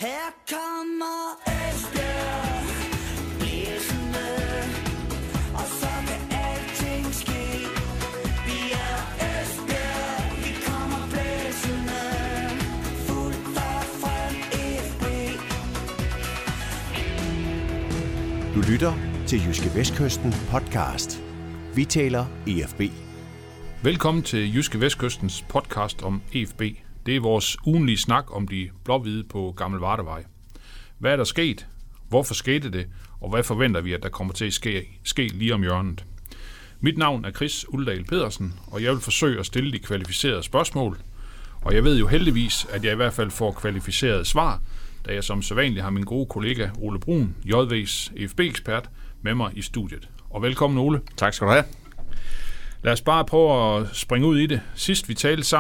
Her kommer Esbjerg blæsende, og så kan alting ske. Vi er Esbjerg, vi kommer blæsende, fuldt og frem FB. Du lytter til Jyske Vestkysten podcast. Vi taler EFB. Velkommen til Jyske Vestkystens podcast om EFB. Det er vores ugenlige snak om de blå-hvide på Gammel Vardevej. Hvad er der sket? Hvorfor skete det? Og hvad forventer vi, at der kommer til at ske lige om hjørnet? Mit navn er Chris Uldal Pedersen, og jeg vil forsøge at stille de kvalificerede spørgsmål. Og jeg ved jo heldigvis, at jeg i hvert fald får kvalificerede svar, da jeg som sædvanligt har min gode kollega Ole Brun, JV's EFB-ekspert, med mig i studiet. Og velkommen, Ole. Tak skal du have. Lad os bare prøve at springe ud i det. Siden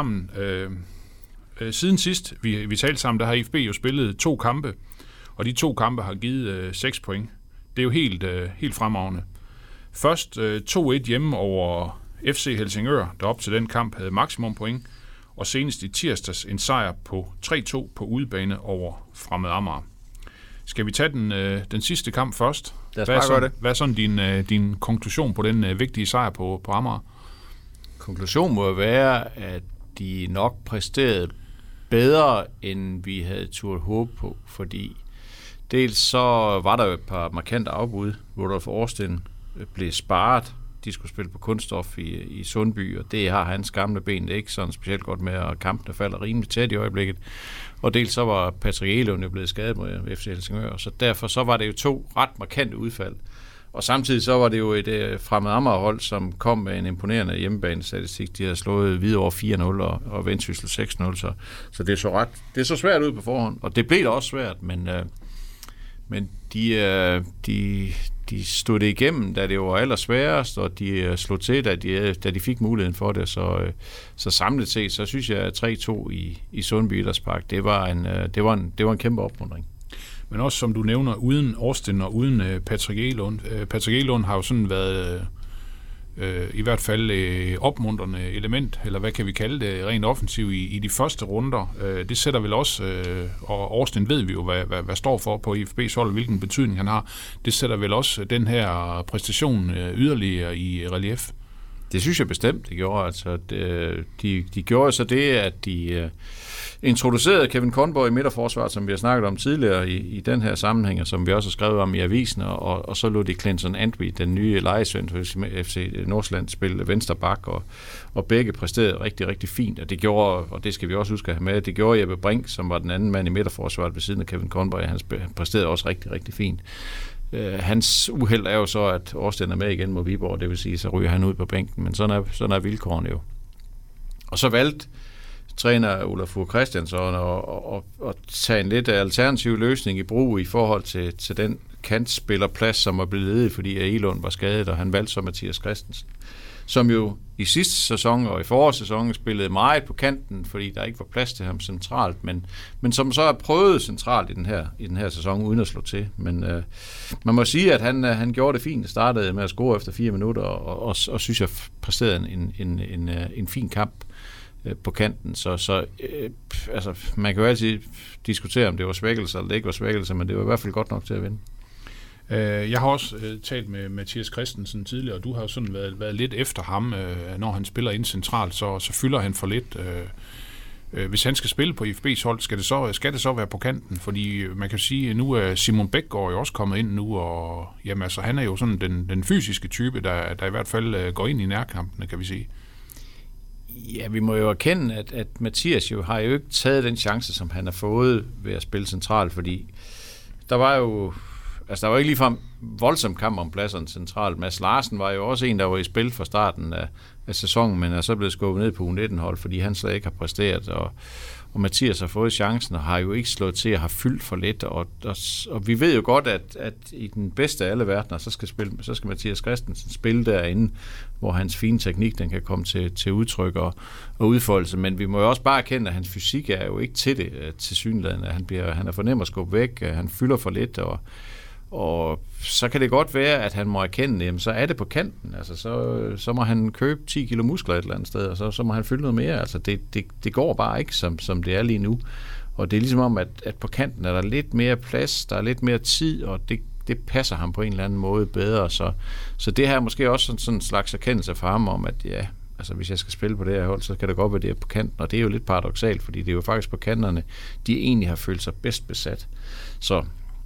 sidst vi talte sammen, der har EFB jo spillet 2 kampe, og de 2 kampe har givet 6 point. Det er jo helt fremragende. Først 2-1 hjemme over FC Helsingør, der op til den kamp havde maksimum point, og senest i tirsdags en sejr på 3-2 på udebane over Fremad Amager. Skal vi tage den sidste kamp først? Hvad er sådan din konklusion på den vigtige sejr på Amager? Konklusionen må være, at de nok præsterede bedre, end vi havde turde håbe på, fordi dels så var der jo et par markante afbud. Rudolf Austin blev sparet. De skulle spille på kunststof i Sundby, og det har hans gamle ben ikke sådan specielt godt med, og kampene falder rimelig tæt i øjeblikket. Og dels så var Patrick Elund jo blevet skadet mod FC Helsingør, så derfor så var det jo 2 ret markante udfald. Og samtidig så var det jo et Fremad Amager-hold, som kom med en imponerende hjemmebanestatistik. De havde slået Hvidovre 4-0 og Vendsyssel 6-0, så det så svært ud på forhånd. Og det blev da også svært, men de stod det igennem, da det var allersværest, og de slog til, da de fik muligheden for det. Så samlet set, så synes jeg, at 3-2 i Sundby Idrætspark, det var en kæmpe opmuntring. Men også, som du nævner, uden Austin og uden Patrick Elund. Patrick Elund har jo sådan været i hvert fald opmuntrende element, eller hvad kan vi kalde det, rent offensivt i de første runder. Det sætter vel også, og Austin ved vi jo, hvad står for på EFB's hold, hvilken betydning han har. Det sætter vel også den her præstation yderligere i relief. Det synes jeg bestemt, det gjorde. Altså, de gjorde så det, at de introducerede Kevin Conboy i midterforsvaret, som vi har snakket om tidligere i den her sammenhæng, som vi også har skrevet om i avisen, og så lod de Clinton Antwi, den nye lejesvend for FC Nordsjælland, spille venstre bak, og begge præsterede rigtig, rigtig fint, og det gjorde, og det skal vi også huske at have med, det gjorde Jeppe Brink, som var den anden mand i midterforsvaret ved siden af Kevin Conboy, han præsterede også rigtig, rigtig fint. Hans uheld er jo så, at Austin er med igen mod Viborg, det vil sige, så ryger han ud på bænken, men sådan er vilkårene jo. Og så valgte træner Olafur Christiansson at tage en lidt alternativ løsning i brug i forhold til den kantspillerplads, som var blevet ledig, fordi Elund var skadet, og han valgte så Mathias Christensen, som jo i sidste sæson og i forårssæsonen spillede meget på kanten, fordi der ikke var plads til ham centralt, men som så er prøvet centralt i den her sæson uden at slå til. Men man må sige, at han gjorde det fint. Startede med at score efter 4 minutter, og synes jeg præsterede en fin kamp på kanten. Så man kan jo altid diskutere, om det var svækkelse eller det ikke var svækkelse, men det var i hvert fald godt nok til at vinde. Jeg har også talt med Mathias Christensen tidligere, og du har jo sådan været lidt efter ham, når han spiller ind centralt, så fylder han for lidt. Hvis han skal spille på IFB's hold, skal det så være på kanten, fordi man kan sige, at nu er Simon Bækgaard jo også kommet ind nu, og jamen, altså, han er jo sådan den fysiske type, der i hvert fald går ind i nærkampene, kan vi sige. Ja, vi må jo erkende, at Mathias jo har jo ikke taget den chance, som han har fået ved at spille centralt, fordi der var ikke ligefrem voldsom kamp om pladserne centralt. Mads Larsen var jo også en, der var i spil fra starten af sæsonen, men er så blevet skubbet ned på U19-hold, fordi han slet ikke har præsteret, og Mathias har fået chancen og har jo ikke slået til at have fyldt for lidt, og vi ved jo godt, at i den bedste af alle verdener, så skal Mathias Christensen spille derinde, hvor hans fine teknik, den kan komme til udtryk og udfoldelse, men vi må jo også bare erkende, at hans fysik er jo ikke til det tilsyneladende. Han er for nem at skubbe væk, han fylder for lidt, og så kan det godt være, at han må erkende, jamen, så er det på kanten. Altså, så må han købe 10 kilo muskler et eller andet sted, og så må han fylde noget mere. Altså, det går bare ikke, som det er lige nu. Og det er ligesom om, at på kanten er der lidt mere plads, der er lidt mere tid, og det passer ham på en eller anden måde bedre. Så det her er måske også sådan en slags erkendelse for ham om, at ja, altså hvis jeg skal spille på det her hold, så kan det godt være, det er på kanten. Og det er jo lidt paradoksalt, fordi det er jo faktisk på kanterne, de egentlig har følt sig bedst besat. Så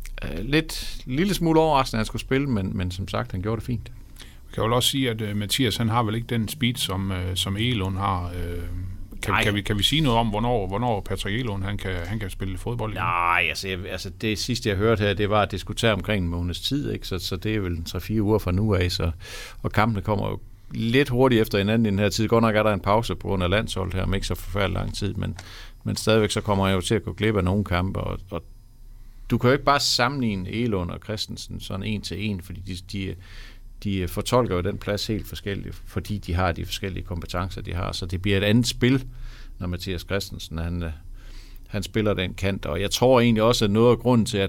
lille smule overraskende, at han skulle spille, men som sagt, han gjorde det fint. Jeg kan jo også sige, at Mathias, han har vel ikke den speed, som Egelund har. Kan vi sige noget om, hvornår Patrick Egelund han kan spille fodbold? Nej, altså det sidste, jeg hørte her, det var, at det skulle tage omkring en måneds tid, ikke? Så det er vel 3-4 uger fra nu af, og kampene kommer jo lidt hurtigt efter hinanden i den her tid. Godt nok er der en pause på grund af landsholdet her, om ikke så forfærdelig lang tid, men stadigvæk så kommer jeg jo til at gå glip af nogle kampe, og du kan jo ikke bare sammenligne Egelund og Christensen sådan en til en, fordi de fortolker jo den plads helt forskelligt, fordi de har de forskellige kompetencer, de har. Så det bliver et andet spil, når Mathias Christensen han spiller den kant. Og jeg tror egentlig også, at noget af grunden til,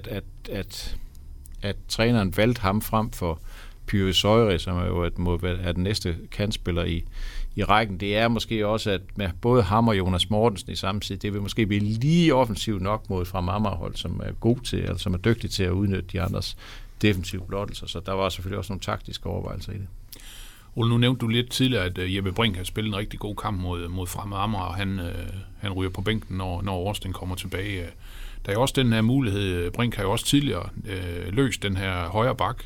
at træneren valgte ham frem for Pyre Søjre, som er jo er den næste kantspiller i rækken, det er måske også, at med både ham og Jonas Mortensen i samme tid, det vil måske blive lige offensivt nok mod fra Amagerhold, som er god til, eller som er dygtig til at udnytte de andres defensive blottelser, så der var selvfølgelig også nogle taktiske overvejelser i det. Ole, nu nævnte du lidt tidligere, at Jeppe Brink har spillet en rigtig god kamp mod Fremad Amager, og han ryger på bænken, når Årsten kommer tilbage. Der er jo også den her mulighed, Brink har jo også tidligere løst den her højre bak,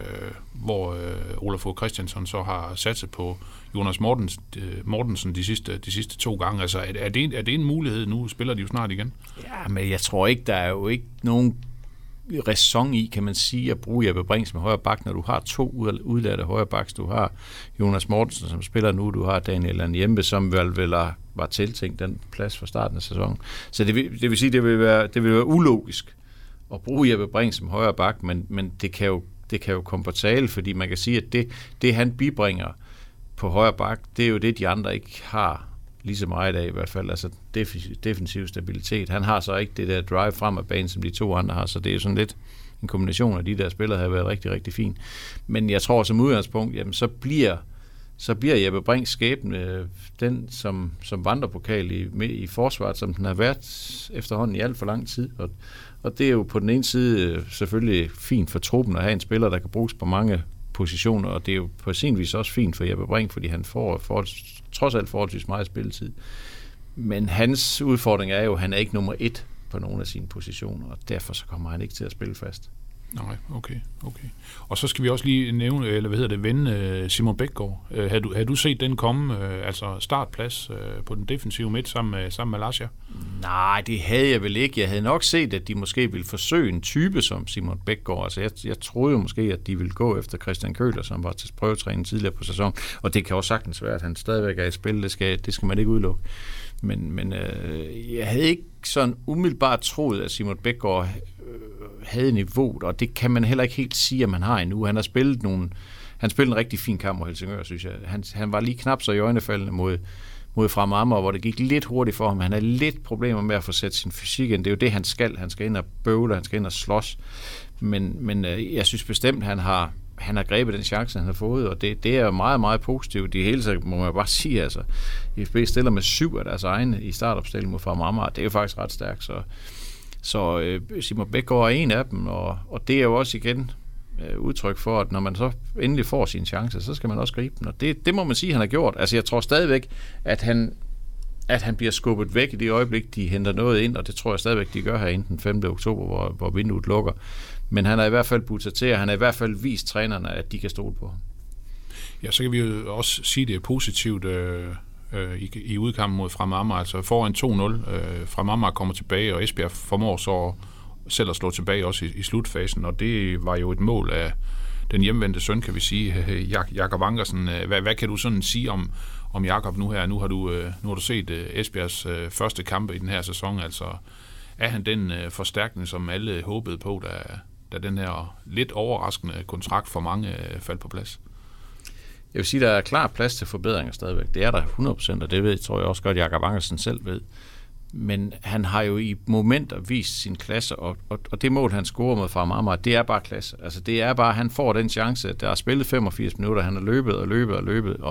hvor Olaf Fogh Christiansen så har satset på Jonas Mortensen de sidste 2 gange. Altså er det en mulighed? Nu spiller de jo snart igen. Ja, men jeg tror ikke, der er jo ikke nogen ræson i, kan man sige, at bruge Jeppe Brink som højre bak, når du har 2 udlærte højre baks. Du har Jonas Mortensen, som spiller nu, du har Daniel Anjembe, som vel var tiltænkt den plads fra starten af sæsonen. Så det vil sige, det vil være ulogisk at bruge Jeppe Brink som højre bak, men det kan jo komme på tale, fordi man kan sige, at det han bibringer på højre bak, det er jo det, de andre ikke har lige så meget af i hvert fald, altså defensiv stabilitet. Han har så ikke det der drive frem af banen, som de 2 andre har, så det er jo sådan lidt en kombination af de der spillere, har været rigtig, rigtig fin. Men jeg tror som udgangspunkt, jamen så bliver Jeppe Brinks skæbne den, som vandrepokal i forsvaret, som den har været efterhånden i alt for lang tid. Og det er jo på den ene side selvfølgelig fint for truppen at have en spiller, der kan bruges på mange positioner, og det er jo på sin vis også fint for Jeppe Brink, fordi han får trods alt forholdsvis meget spilletid. Men hans udfordring er jo, at han er ikke nummer 1 på nogle af sine positioner, og derfor så kommer han ikke til at spille fast. Nej, okay. Og så skal vi også lige nævne, eller vende Simon Bækgaard. Havde du set den komme, altså startplads på den defensive midt sammen med Lasja? Nej, det havde jeg vel ikke. Jeg havde nok set, at de måske ville forsøge en type som Simon Bækgaard. Altså jeg troede jo måske, at de ville gå efter Christian Køhler, som var til prøvetræning tidligere på sæsonen. Og det kan også sagtens være, at han stadigvæk er i spil. Det skal man ikke udelukke. Men jeg havde ikke sådan umiddelbart troet, at Simon Bækgaard havde niveauet, og det kan man heller ikke helt sige, at man har endnu. Han spillede en rigtig fin kamp mod Helsingør, synes jeg. Han var lige knap så i øjnefaldende mod Fremad Amager, hvor det gik lidt hurtigt for ham. Han havde lidt problemer med at få sat sin fysik ind. Det er jo det, han skal. Han skal ind og bøvle, han skal ind og slås. Men jeg synes bestemt, han har grebet den chance, han har fået, og det er jo meget, meget positivt. I hele taget må man bare sige, altså, FB stiller med 7 af deres egne i startopstillingen mod Fremad Amager. Det er jo faktisk ret stærkt, så Simon Bækgaard er en af dem, og det er jo også igen udtryk for, at når man så endelig får sine chancer, så skal man også gribe den, og det må man sige, han har gjort. Altså jeg tror stadigvæk, at han bliver skubbet væk i det øjeblik, de henter noget ind, og det tror jeg stadigvæk, de gør her inden den 5. oktober, hvor vinduet lukker. Men han har i hvert fald budt sig til, og han har i hvert fald vist trænerne, at de kan stole på ham. Ja, så kan vi jo også sige, det er positivt i udkampen mod Fremad Amager, altså foran 2-0. Fremad Amager kommer tilbage, og Esbjerg formår så selv at slå tilbage også i slutfasen, og det var jo et mål af den hjemvendte søn, kan vi sige, Jakob Ankersen. Hvad kan du sådan sige om Jakob nu her? Nu har du set Esbjergs første kampe i den her sæson, altså er han den forstærkning, som alle håbede på, da den her lidt overraskende kontrakt for mange faldt på plads? Jeg vil sige, der er klar plads til forbedringer stadigvæk. Det er der 100%, og det tror jeg også godt, Jakob Ankersen selv ved. Men han har jo i momenter vist sin klasse, og det mål, han scorer mod Fremad Amager, det er bare klasse. Altså det er bare, han får den chance, der er spillet 85 minutter, han har løbet, og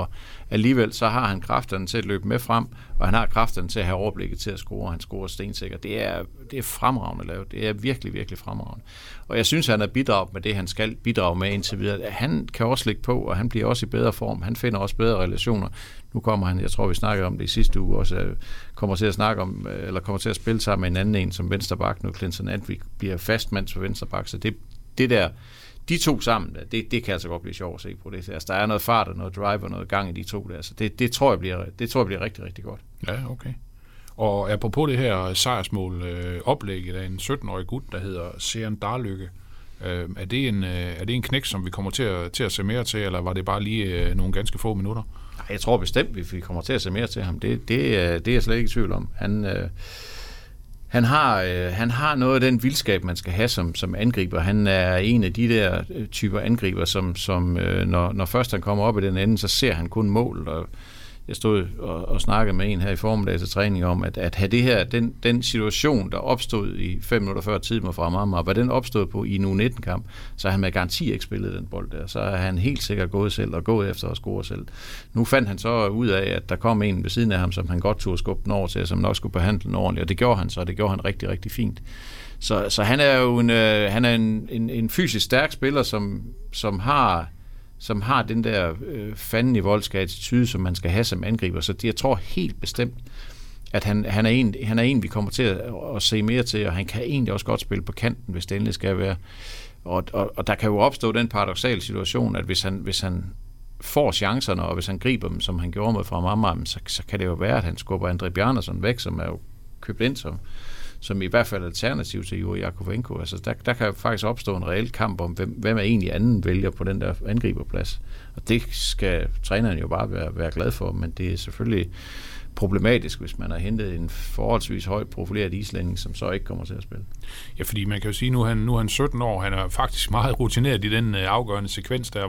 alligevel så har han kræfterne til at løbe med frem, og han har kræfterne til at have overblikket til at score. Han scorer stensikkert. Det er fremragende lavet. Det er virkelig, virkelig fremragende. Og jeg synes, han har bidraget med det, han skal bidrage med indtil videre. Han kan også ligge på, og han bliver også i bedre form. Han finder også bedre relationer. Nu kommer han, jeg tror, vi snakkede om det i sidste uge, også kommer til at spille sammen med en anden en som venstreback. Nu Clinton Advik bliver fastmands for venstreback, så det der, de to sammen, det kan altså godt blive sjovt at se på det. Altså, der er noget fart og noget drive og noget gang i de to der, så det tror jeg bliver rigtig, rigtig godt. Ja, okay. Og apropos det her sejrsmål, oplægget af en 17-årig gut, der hedder Sean Darlykke, er det en knæk, som vi kommer til at se mere til, eller var det bare lige nogle ganske få minutter? Nej, jeg tror bestemt, vi kommer til at se mere til ham. Det er jeg slet ikke i tvivl om. Han har noget af den vildskab, man skal have som angriber. Han er en af de der typer angriber, som når først han kommer op i den ende, så ser han kun mål. Og jeg stod og snakkede med en her i formiddag til træning om, at have det her, den situation, der opstod i 5 minutter før tid mod Fremad Amager, var den opstod på i en U19-kamp, så har han med garanti ikke spillet den bold der. Så er han helt sikkert gået selv og gået efter at score selv. Nu fandt han så ud af, at der kom en ved siden af ham, som han godt turde skubbe den over til, som nok skulle behandle den ordentligt, og det gjorde han så, og det gjorde han rigtig, rigtig fint. Så han er jo en fysisk stærk spiller, som har den der fanden i voldske attitude, som man skal have som angriber. Så jeg tror helt bestemt, at han er en, vi kommer til at se mere til, og han kan egentlig også godt spille på kanten, hvis det endelig skal være. Og der kan jo opstå den paradoksale situation, at hvis han får chancerne, og hvis han griber dem, som han gjorde med Fremad Amager, så kan det jo være, at han skubber André Bjarnason væk, som er jo købt ind som i hvert fald alternativ til Juri Jakovenko. Altså der kan faktisk opstå en reel kamp om, hvem er egentlig anden vælger på den der angriberplads. Og det skal træneren jo bare være glad for, men det er selvfølgelig problematisk, hvis man har hentet en forholdsvis højt profileret islænding, som så ikke kommer til at spille. Ja, fordi man kan jo sige, nu er han 17 år, han er faktisk meget rutineret i den afgørende sekvens der,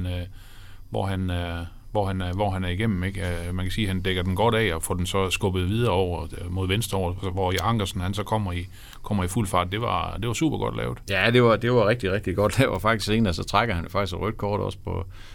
hvor han er igennem, ikke? Man kan sige, at han dækker den godt af og får den så skubbet videre over mod venstre over, hvor i Ankersen han så kommer i fuld fart. Det var super godt lavet. Ja, det var rigtig, rigtig godt lavet, og faktisk senere så trækker han faktisk et rødt kort også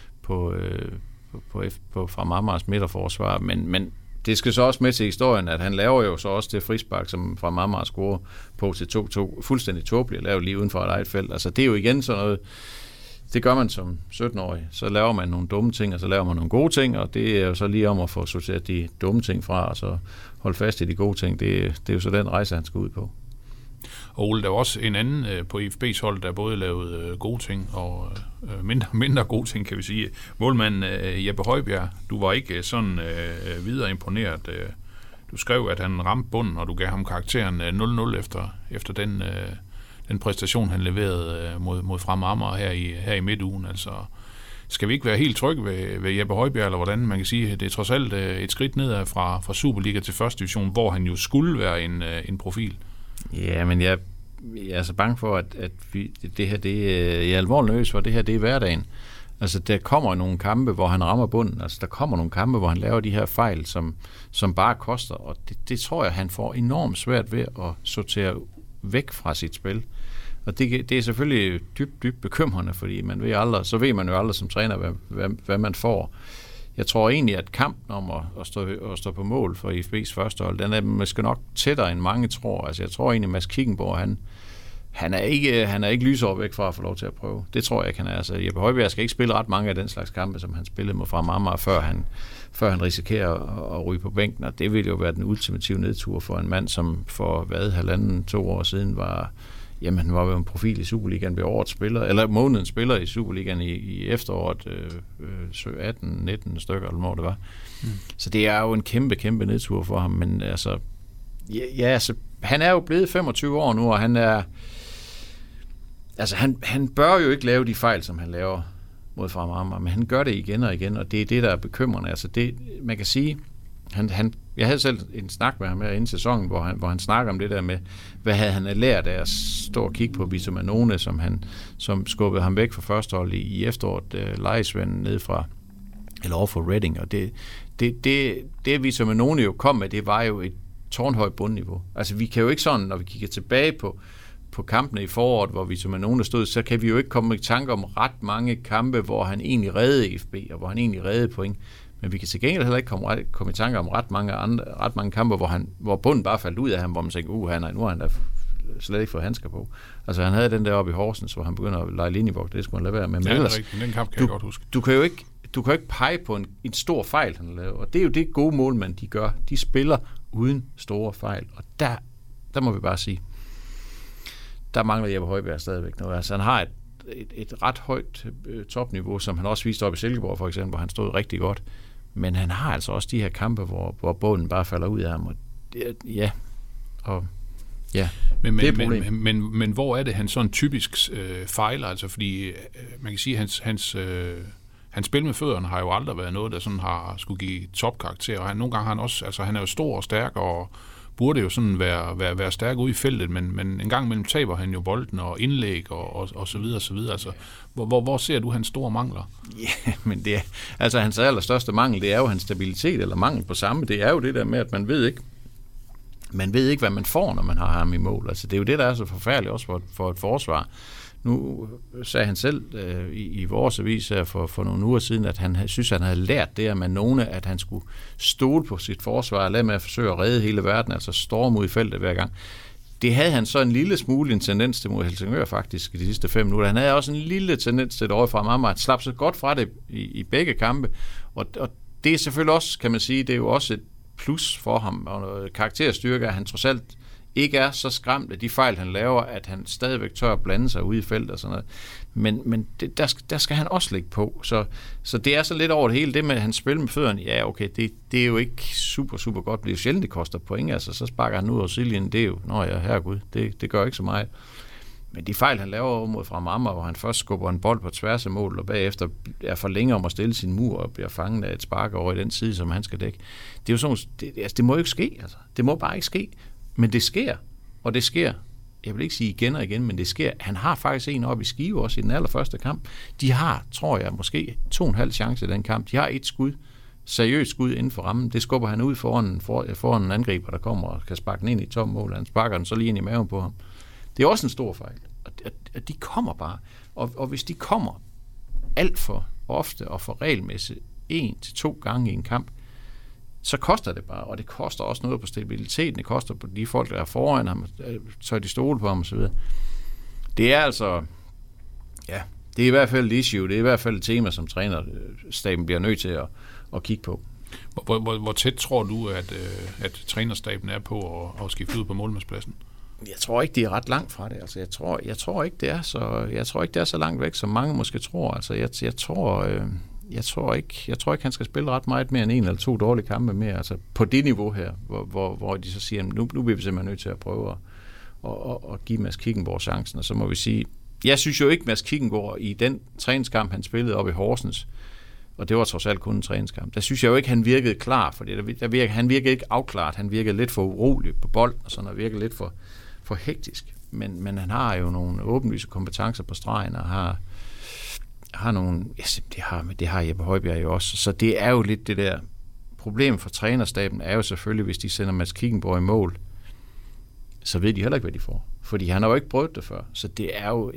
på Fremad Amagers midterforsvar, men det skal så også med til historien, at han laver jo så også det frispark, som Fremad Amager scorer på til 2-2, fuldstændig tåbeligt lavet lige uden for et eget felt. Altså det er jo igen sådan noget. Det gør man som 17-årig. Så laver man nogle dumme ting, og så laver man nogle gode ting, og det er jo så lige om at få sorteret de dumme ting fra, og så holde fast i de gode ting. Det er jo så den rejse, han skal ud på. Og Ole, der var også en anden på IFB's hold, der både lavede gode ting og mindre gode ting, kan vi sige. Målmand Jeppe Højbjerg, du var ikke sådan videre imponeret. Du skrev, at han ramte bunden, og du gav ham karakteren 0-0 efter den præstation, han leverede mod Fremad Amager her i midtugen. Altså, skal vi ikke være helt trygge ved Jeppe Højbjerg, eller hvordan man kan sige, det er trods alt et skridt nedad fra Superliga til første division, hvor han jo skulle være en profil? Ja, men jeg er så bange for, at det her, jeg er alvorligt nervøs for, det her, det er hverdagen. Altså, der kommer nogle kampe, hvor han rammer bunden. Altså, der kommer nogle kampe, hvor han laver de her fejl, som bare koster, og det tror jeg, han får enormt svært ved at sortere væk fra sit spil. Og det er selvfølgelig dybt bekymrende, fordi man ved aldrig, så ved man jo aldrig som træner, hvad man får. Jeg tror egentlig, at kampen om at stå på mål for IFB's første hold, den er måske nok tættere, end mange tror. Altså, jeg tror egentlig, Mads Kickenborg, han er ikke lysår væk fra at få lov til at prøve. Det tror jeg ikke, han er. Altså, Jeppe Højbjerg skal ikke spille ret mange af den slags kampe, som han spillede mod Fremad Amager, før han risikerer at ryge på bænken. Og det ville jo være den ultimative nedtur for en mand, som for 1,5-2 år siden han var jo en profil i Superligaen ved årets spiller, eller månedens spiller i Superligaen i efteråret 18-19 stykker, eller hvor det var. Så det er jo en kæmpe nedtur for ham, men altså, altså, han er jo blevet 25 år nu, og han er, altså han bør jo ikke lave de fejl, som han laver mod Fremad Amager, men han gør det igen og igen, og det er det, der er bekymrende. Altså det, man kan sige, jeg havde selv en snak med ham her inden sæsonen, hvor han snakker om det der med, hvad havde han lært af at stå og kigge på Vito Manone, som skubbede ham væk fra førstehold i efteråret, lejesvenden ned fra, eller over for Reading, og det Vito Manone jo kom med, det var jo et tårnhøjt bundniveau. Altså vi kan jo ikke sådan, når vi kigger tilbage på kampene i foråret, hvor Vito Manone stod, så kan vi jo ikke komme i tanke om ret mange kampe, hvor han egentlig reddede IFB, og hvor han egentlig reddede point. Men vi kan til gengæld heller ikke komme i tanke om ret mange kampe, hvor bunden bare faldt ud af ham, hvor man tænker, nu har han da slet ikke fået handsker på. Altså han havde den der oppe i Horsens, hvor han begynder at lege linjebold, det skulle han lade være med. Men ellers, den kamp kan jeg godt huske. Du kan jo ikke pege på en stor fejl, han laver. Og det er jo det gode målmænd, de gør. De spiller uden store fejl. Og der må vi bare sige, der mangler Jeppe Højbjerg stadigvæk noget. Altså han har et ret højt topniveau, som han også viste op i Silkeborg for eksempel, hvor han stod rigtig godt. Men han har altså også de her kampe, hvor bunden bare falder ud af ham. Og men hvor er det, han sådan typisk fejler? Altså fordi man kan sige, hans spil med fødderne har jo aldrig været noget, der sådan har skulle give topkarakter. Og nogle gange har han også, altså han er jo stor og stærk og burde jo sådan være stærk ude i feltet, men en gang imellem taber han jo bolden og indlæg og så videre, så videre. Altså, hvor ser du hans store mangler? Ja, men det er, altså hans allerstørste mangel, det er jo hans stabilitet eller mangel på samme. Det er jo det der med, at man ved ikke, hvad man får, når man har ham i mål. Altså, det er jo det, der er så forfærdeligt også for et forsvar. Nu sagde han selv i vores avis her for nogle uger siden, at han synes, han havde lært det af Manone, at han skulle stole på sit forsvar og lade med at forsøge at redde hele verden, altså storme ud i feltet hver gang. Det havde han så en lille smule en tendens til mod Helsingør faktisk i de sidste 5 minutter. Han havde også en lille tendens til det over fra Amager, at slap så godt fra det i begge kampe. Og det er selvfølgelig også, kan man sige, det er jo også et plus for ham, og noget karakterstyrke, at han trods alt ikke er så skræmt af de fejl, han laver, at han stadigvæk tør at blande sig ude i feltet og sådan noget. Men der skal han også ligge på. Så det er så lidt over det hele. Det med hans spil med fødderne, ja okay, det er jo ikke super, super godt. Det er jo sjældent, det koster point. Altså, så sparker han ud over Siljen. Det er jo, herregud, det gør ikke så meget. Men de fejl, han laver over mod fra Amager, hvor han først skubber en bold på tværs af mål, og bagefter er for længe om at stille sin mur og bliver fanget af et spark over i den side, som han skal dække. Det er jo sådan, det må jo ikke ske. Altså. Det må bare ikke ske. Men det sker, og det sker, jeg vil ikke sige igen og igen, men det sker. Han har faktisk en op i Skive også i den allerførste kamp. De har, tror jeg, måske 2,5 chancer i den kamp. De har et skud, seriøst skud inden for rammen. Det skubber han ud foran en angriber, der kommer og kan sparke den ind i tom mål. Han sparker den så lige ind i maven på ham. Det er også en stor fejl. Og de kommer bare. Og hvis de kommer alt for ofte og for regelmæssigt 1-2 gange i en kamp, så koster det bare, og det koster også noget på stabiliteten, det koster på de folk, der er foran ham, så de stole på ham osv. Det er altså, ja, det er i hvert fald et issue, det er i hvert fald et tema, som trænerstaben bliver nødt til at kigge på. Hvor tæt tror du, at trænerstaben er på at skifte ud på målmandspladsen? Jeg tror ikke, de er ret langt fra det. Altså, jeg tror ikke, det er så langt væk, som mange måske tror. Altså, jeg tror ikke, han skal spille ret meget mere end 1 eller 2 dårlige kampe mere, altså på det niveau her, hvor de så siger, nu bliver vi simpelthen nødt til at prøve at give Mads Kickenborg chancen, og så må vi sige, jeg synes jo ikke, Mads Kickenborg i den træningskamp, han spillede op i Horsens, og det var trods alt kun en træningskamp, der synes jeg jo ikke, han virkede klar, fordi han virkede ikke afklaret, han virkede lidt for urolig på bolden, og sådan, og virkede lidt for hektisk, men han har jo nogle åbenlyse kompetencer på stregen, og har nogle, det har Jeppe Højbjerg jo også, så det er jo lidt det der problem for trænerstaben, er jo selvfølgelig, hvis de sender Mads Kickenborg i mål, så ved de heller ikke, hvad de får, fordi han har jo ikke prøvet det før, så det er jo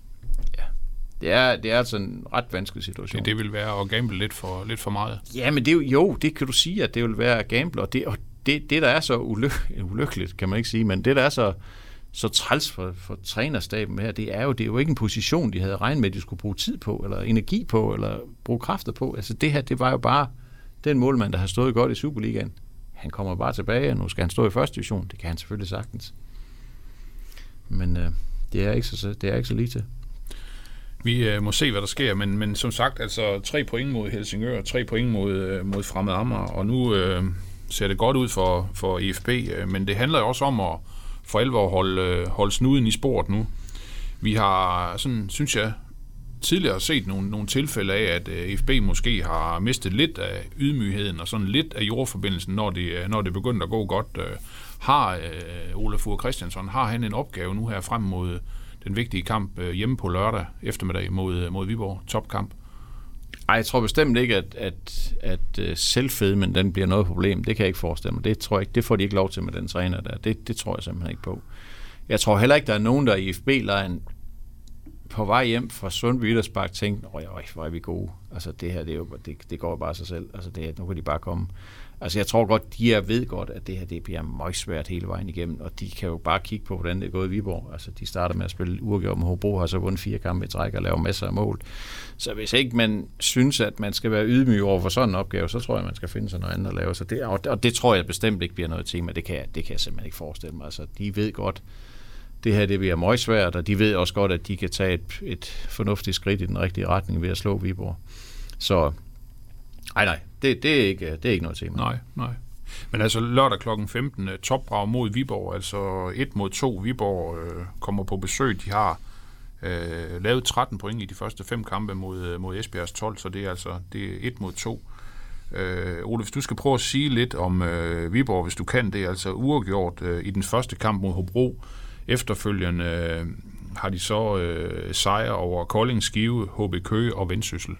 det er altså en ret vanskelig situation. Det vil være at gamble lidt for meget. Ja, men det kan du sige, at det vil være at gamble, og det der er så ulykkeligt, kan man ikke sige, men det der er så træls for trænerstaben her, det er jo ikke en position, de havde regnet med, at de skulle bruge tid på, eller energi på, eller bruge kræfter på. Altså det her, det var jo bare den målmand, der har stået godt i Superligaen. Han kommer bare tilbage, og nu skal han stå i første division. Det kan han selvfølgelig sagtens. Men det er ikke så lige til. Vi må se, hvad der sker, men som sagt, altså 3 point mod Helsingør, 3 point mod Fremad Amager, og nu ser det godt ud for IFB, men det handler jo også om at for alvor holde snuden i sporet nu. Vi har, sådan, synes jeg, tidligere set nogle tilfælde af, at IFB måske har mistet lidt af ydmygheden og sådan lidt af jordforbindelsen, når det begyndte at gå godt. Har Ole Fure Christiansson, har han en opgave nu her frem mod den vigtige kamp hjemme på lørdag eftermiddag mod Viborg, topkamp? Ej, jeg tror bestemt ikke, at selvfedmen, den bliver noget problem. Det kan jeg ikke forestille mig. Det tror jeg ikke, det får de ikke lov til med den træner der. Det tror jeg simpelthen ikke på. Jeg tror heller ikke, der er nogen, der i IFB-lejen på vej hjem fra Sundby Idrætspark tænkte, hvor er vi gode. Altså det her, det går bare sig selv. Altså nu kan de bare komme. Altså jeg tror godt, de ved godt, at det her det bliver møgsvært hele vejen igennem, og de kan jo bare kigge på, hvordan det er gået i Viborg. Altså de starter med at spille uafgjort med Hobro, har så vundet 4 kampe i træk og laver masser af mål. Så hvis ikke man synes, at man skal være ydmyg over for sådan en opgave, så tror jeg, man skal finde sig noget andet at lave. Så det, og det tror jeg bestemt ikke bliver noget tema. Det kan jeg simpelthen ikke forestille mig. Altså de ved godt, det her det bliver møgsvært, og de ved også godt, at de kan tage et fornuftigt skridt i den rigtige retning ved at slå Viborg. Så nej, det er ikke noget tema. Nej. Men altså lørdag kl. 15, topbrag mod Viborg, altså 1-2. Viborg kommer på besøg. De har lavet 13 point i de første 5 kampe mod Esbjergs 12, så det er 1-2. Ole, hvis du skal prøve at sige lidt om Viborg, hvis du kan det, altså uafgjort i den første kamp mod Hobro. Efterfølgende har de så sejre over Kolding, Skive, HB Køge og Vendsyssel.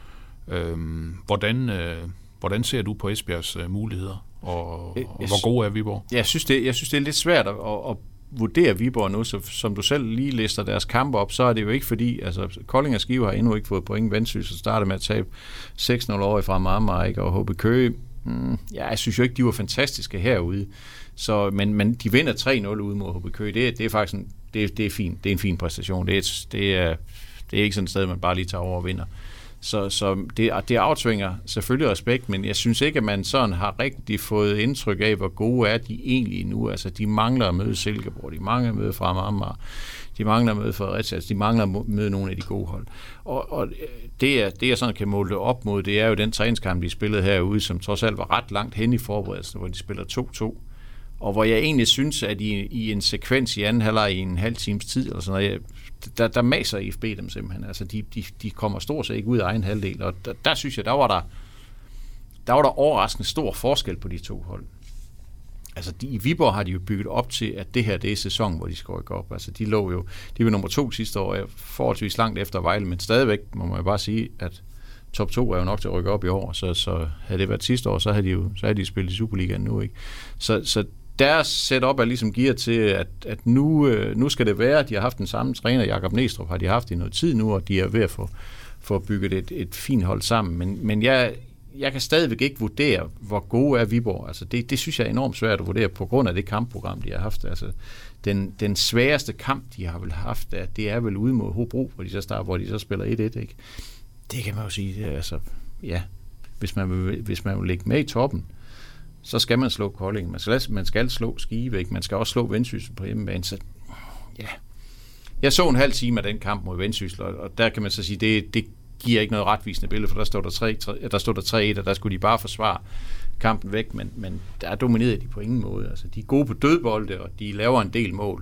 Hvordan ser du på Esbjergs muligheder, og hvor gode er Viborg? Jeg synes, det er lidt svært at vurdere Viborg nu, så som du selv lige lister deres kampe op, så er det jo ikke fordi, altså Kolding og Skive har endnu ikke fået point. Vendsyssel startede med at tabe 6-0 over fra Marmar, og HB Køge, jeg synes jo ikke, de var fantastiske herude. Så, men de vinder 3-0 ude mod HB Køge. Det er faktisk det er fint. Det er en fin præstation. Det er ikke sådan et sted, man bare lige tager over og vinder. Så det aftvinger selvfølgelig respekt, men jeg synes ikke, at man sådan har rigtig fået indtryk af, hvor gode er de egentlig nu. Altså, de mangler at møde Silkeborg, de mangler at møde Fremad Amager, de mangler at møde Fredericia, de mangler at møde nogle af de gode hold. Og det jeg sådan kan måle det op mod, det er jo den træningskamp, de spillede herude, som trods alt var ret langt hen i forberedelsen, hvor de spiller 2-2. Og hvor jeg egentlig synes, at i en sekvens i anden halvleg i en halv times tid, eller sådan noget, der maser IFB dem simpelthen. Altså, de kommer stort set ikke ud af egen halvdel, og der synes jeg, der var der overraskende stor forskel på de to hold. Altså, i Viborg har de jo bygget op til, at det her, det er sæson, hvor de skal rykke op. Altså, de var nummer 2 sidste år, forholdsvis langt efter Vejle, men stadigvæk må man jo bare sige, at top 2 er jo nok til at rykke op i år, så havde det været sidste år, så havde de spillet i Superligaen nu, ikke? Så deres setup er ligesom gearet til, at nu skal det være, at de har haft den samme træner, Jakob Næstrup, har de haft i noget tid nu, og de er ved at få bygget et fint hold sammen. Men jeg kan stadigvæk ikke vurdere, hvor gode er Viborg. Altså det synes jeg er enormt svært at vurdere, på grund af det kampprogram, de har haft. Altså den sværeste kamp, de har vel haft, det er vel ude mod Hobro, hvor de så spiller 1-1, ikke? Det kan man jo sige, altså, ja, hvis man vil ligge med i toppen, så skal man slå Kolding. Man skal slå Skive, ikke? Man skal også slå Vendsyssel på hjemmebane. Så ja. Jeg så en halv time af den kamp mod Vendsyssel, og der kan man så sige, det giver ikke noget retvisende billede, for der stod der 3-1, og der skulle de bare forsvare kampen væk, men der dominerede de på ingen måde. Altså, de er gode på dødbolde, og de laver en del mål.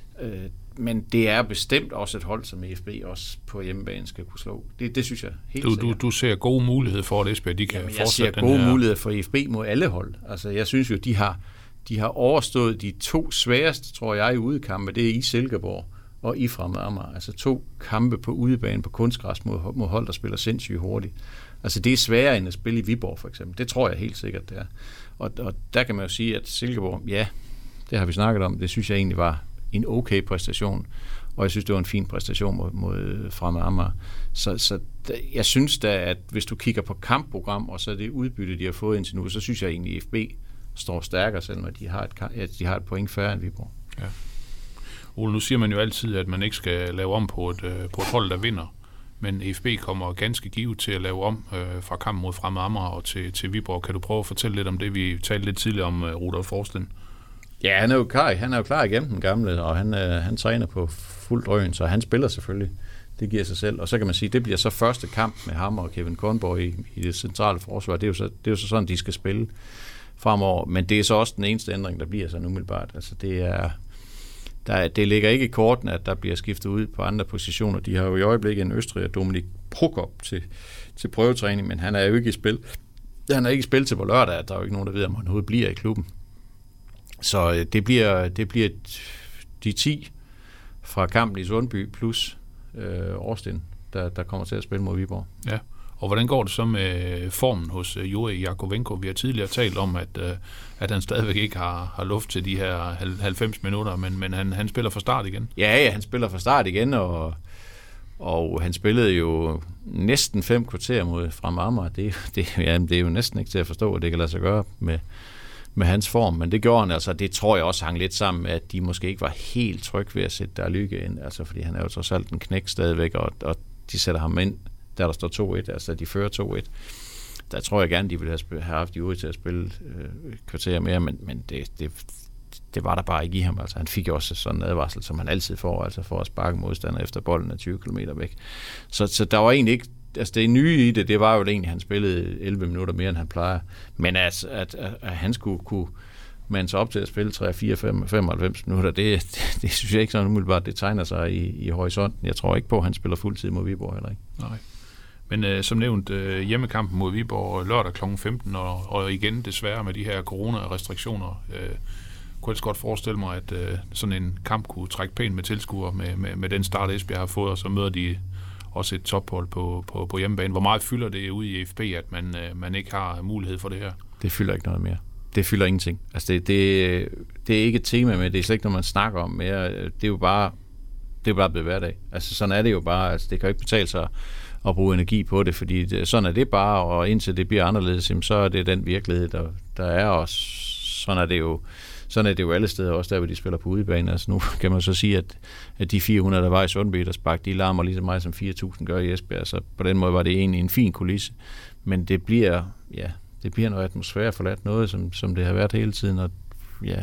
Men det er bestemt også et hold, som EFB også på hjemmebane skal kunne slå. Det synes jeg helt sikkert. Du ser gode muligheder for, at Esbjerg de kan fortsætte den her. Jeg ser gode muligheder for EFB mod alle hold. Altså, jeg synes jo, de har overstået de 2 sværeste, tror jeg, i udekampe. Det er i Silkeborg og i Fremad Amager. Altså 2 kampe på udebane på kunstgræs mod hold, der spiller sindssygt hurtigt. Altså, det er sværere end at spille i Viborg, for eksempel. Det tror jeg helt sikkert, det er. Og der kan man jo sige, at Silkeborg, ja, det har vi snakket om, det synes jeg egentlig var en okay præstation, og jeg synes, det var en fin præstation mod Fremad Amager. Så jeg synes da, at hvis du kigger på kampprogram, og så det udbytte, de har fået indtil nu, så synes jeg egentlig, at FB står stærkere, selvom at de har et point færre end Viborg. Ja. Ole, nu siger man jo altid, at man ikke skal lave om på et hold, der vinder, men FB kommer ganske givet til at lave om fra kampen mod Fremad Amager og til Viborg. Kan du prøve at fortælle lidt om det, vi talte lidt tidligere om Rudolf Forsten? Ja, han er jo klar igennem den gamle, og han træner på fuld drøn, så han spiller selvfølgelig. Det giver sig selv. Og så kan man sige, at det bliver så første kamp med ham og Kevin Kornborg i det centrale forsvar. Det er jo så sådan, de skal spille fremover. Men det er så også den eneste ændring, der bliver sådan umiddelbart. Altså det ligger ikke i korten, at der bliver skiftet ud på andre positioner. De har jo i øjeblikket en østriger, Dominik Prokop, til prøvetræning, men han er jo ikke i spil. Han er ikke i spil til på lørdag, at der er jo ikke nogen, der ved, om han overhovedet bliver i klubben. Så det bliver de 10 fra kampen i Sundby plus Årsten, der kommer til at spille mod Viborg. Ja, og hvordan går det så med formen hos Jurij Jakovenko? Vi har tidligere talt om, at han stadigvæk ikke har luft til de her 90 minutter, men han spiller fra start igen. Ja, han spiller fra start igen, Og han spillede jo næsten 5 kvarter mod Fremad Amager. Det er jo næsten ikke til at forstå, at det kan lade sig gøre med hans form, men det gjorde han altså. Det tror jeg også hang lidt sammen med, at de måske ikke var helt trygge ved at sætte der Lykke ind, altså fordi han er jo trods alt en knæk stadigvæk, og de sætter ham ind, der står 2-1, altså de fører 2-1. Der tror jeg gerne, de ville have haft de ude til at spille kvarter mere, men det var der bare ikke i ham. Altså, han fik jo også sådan en advarsel, som han altid får, altså for at sparke modstander efter bolden er 20 km væk. Så der var egentlig ikke, altså det nye i det var jo egentlig, at han spillede 11 minutter mere, end han plejer. Men at han skulle kunne mande sig op til at spille 3, 4, 5, 95 minutter, det synes jeg ikke sådan umiddelbart, det tegner sig i horisonten. Jeg tror ikke på, at han spiller fuldtid mod Viborg heller ikke. Nej. Men som nævnt, hjemmekampen mod Viborg lørdag kl. 15, og igen desværre med de her coronarestriktioner, kunne jeg godt forestille mig, at sådan en kamp kunne trække pænt med tilskuere med den start, Esbjerg har fået, og så møder de også et tophold på hjemmebane. Hvor meget fylder det ude i FB, at man ikke har mulighed for det her? Det fylder ikke noget mere. Det fylder ingenting. Altså det er ikke et tema med, det er slet ikke noget, man snakker om mere. Det er jo bare blevet hverdag. Altså sådan er det jo bare. Altså det kan jo ikke betale sig at bruge energi på det, fordi sådan er det bare, og indtil det bliver anderledes, så er det den virkelighed, der er, og sådan er det jo alle steder, også der, hvor de spiller på udebane. Altså nu kan man så sige, at de 400, der var i Sundby, der spark, de larmer lige så meget, som 4.000 gør i Esbjerg, så på den måde var det egentlig en fin kulisse, men det bliver noget atmosfære forladt, noget, som det har været hele tiden, og ja,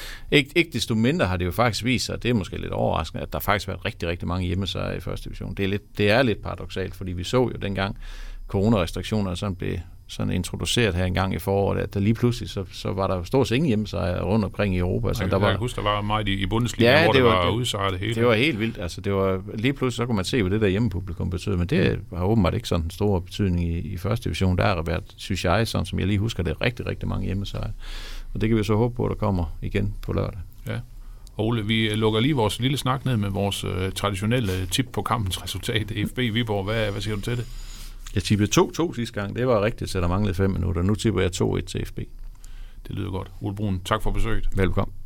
ikke desto mindre har det jo faktisk vist sig, og det er måske lidt overraskende, at der faktisk har været rigtig, rigtig mange hjemmesejre i første division. Det er lidt paradoksalt, fordi vi så jo dengang coronarestriktionerne sådan blev sådan introduceret her en gang i foråret, at der lige pludselig, så var der stort set ingen hjemmesejre rundt omkring i Europa. Altså, jeg kan huske, der var meget i Bundesliga, hvor det var udsejret det hele. Det var helt vildt. Altså, det var lige pludselig, så kunne man se, hvad det der hjemmepublikum betød, men det har åbenbart ikke sådan en stor betydning i første division. Der har været, synes jeg, sådan som jeg lige husker, det er rigtig, rigtig mange hjemmesejre. Og det kan vi så håbe på, at der kommer igen på lørdag. Ja. Ole, vi lukker lige vores lille snak ned med vores traditionelle tip på kampens resultat. FB Viborg, hvad siger du til det? Jeg tippede 2-2 sidste gang. Det var rigtigt, så der manglede 5 minutter. Nu tipper jeg 2-1 til FB. Det lyder godt. Ole Brun, tak for besøget. Velkommen.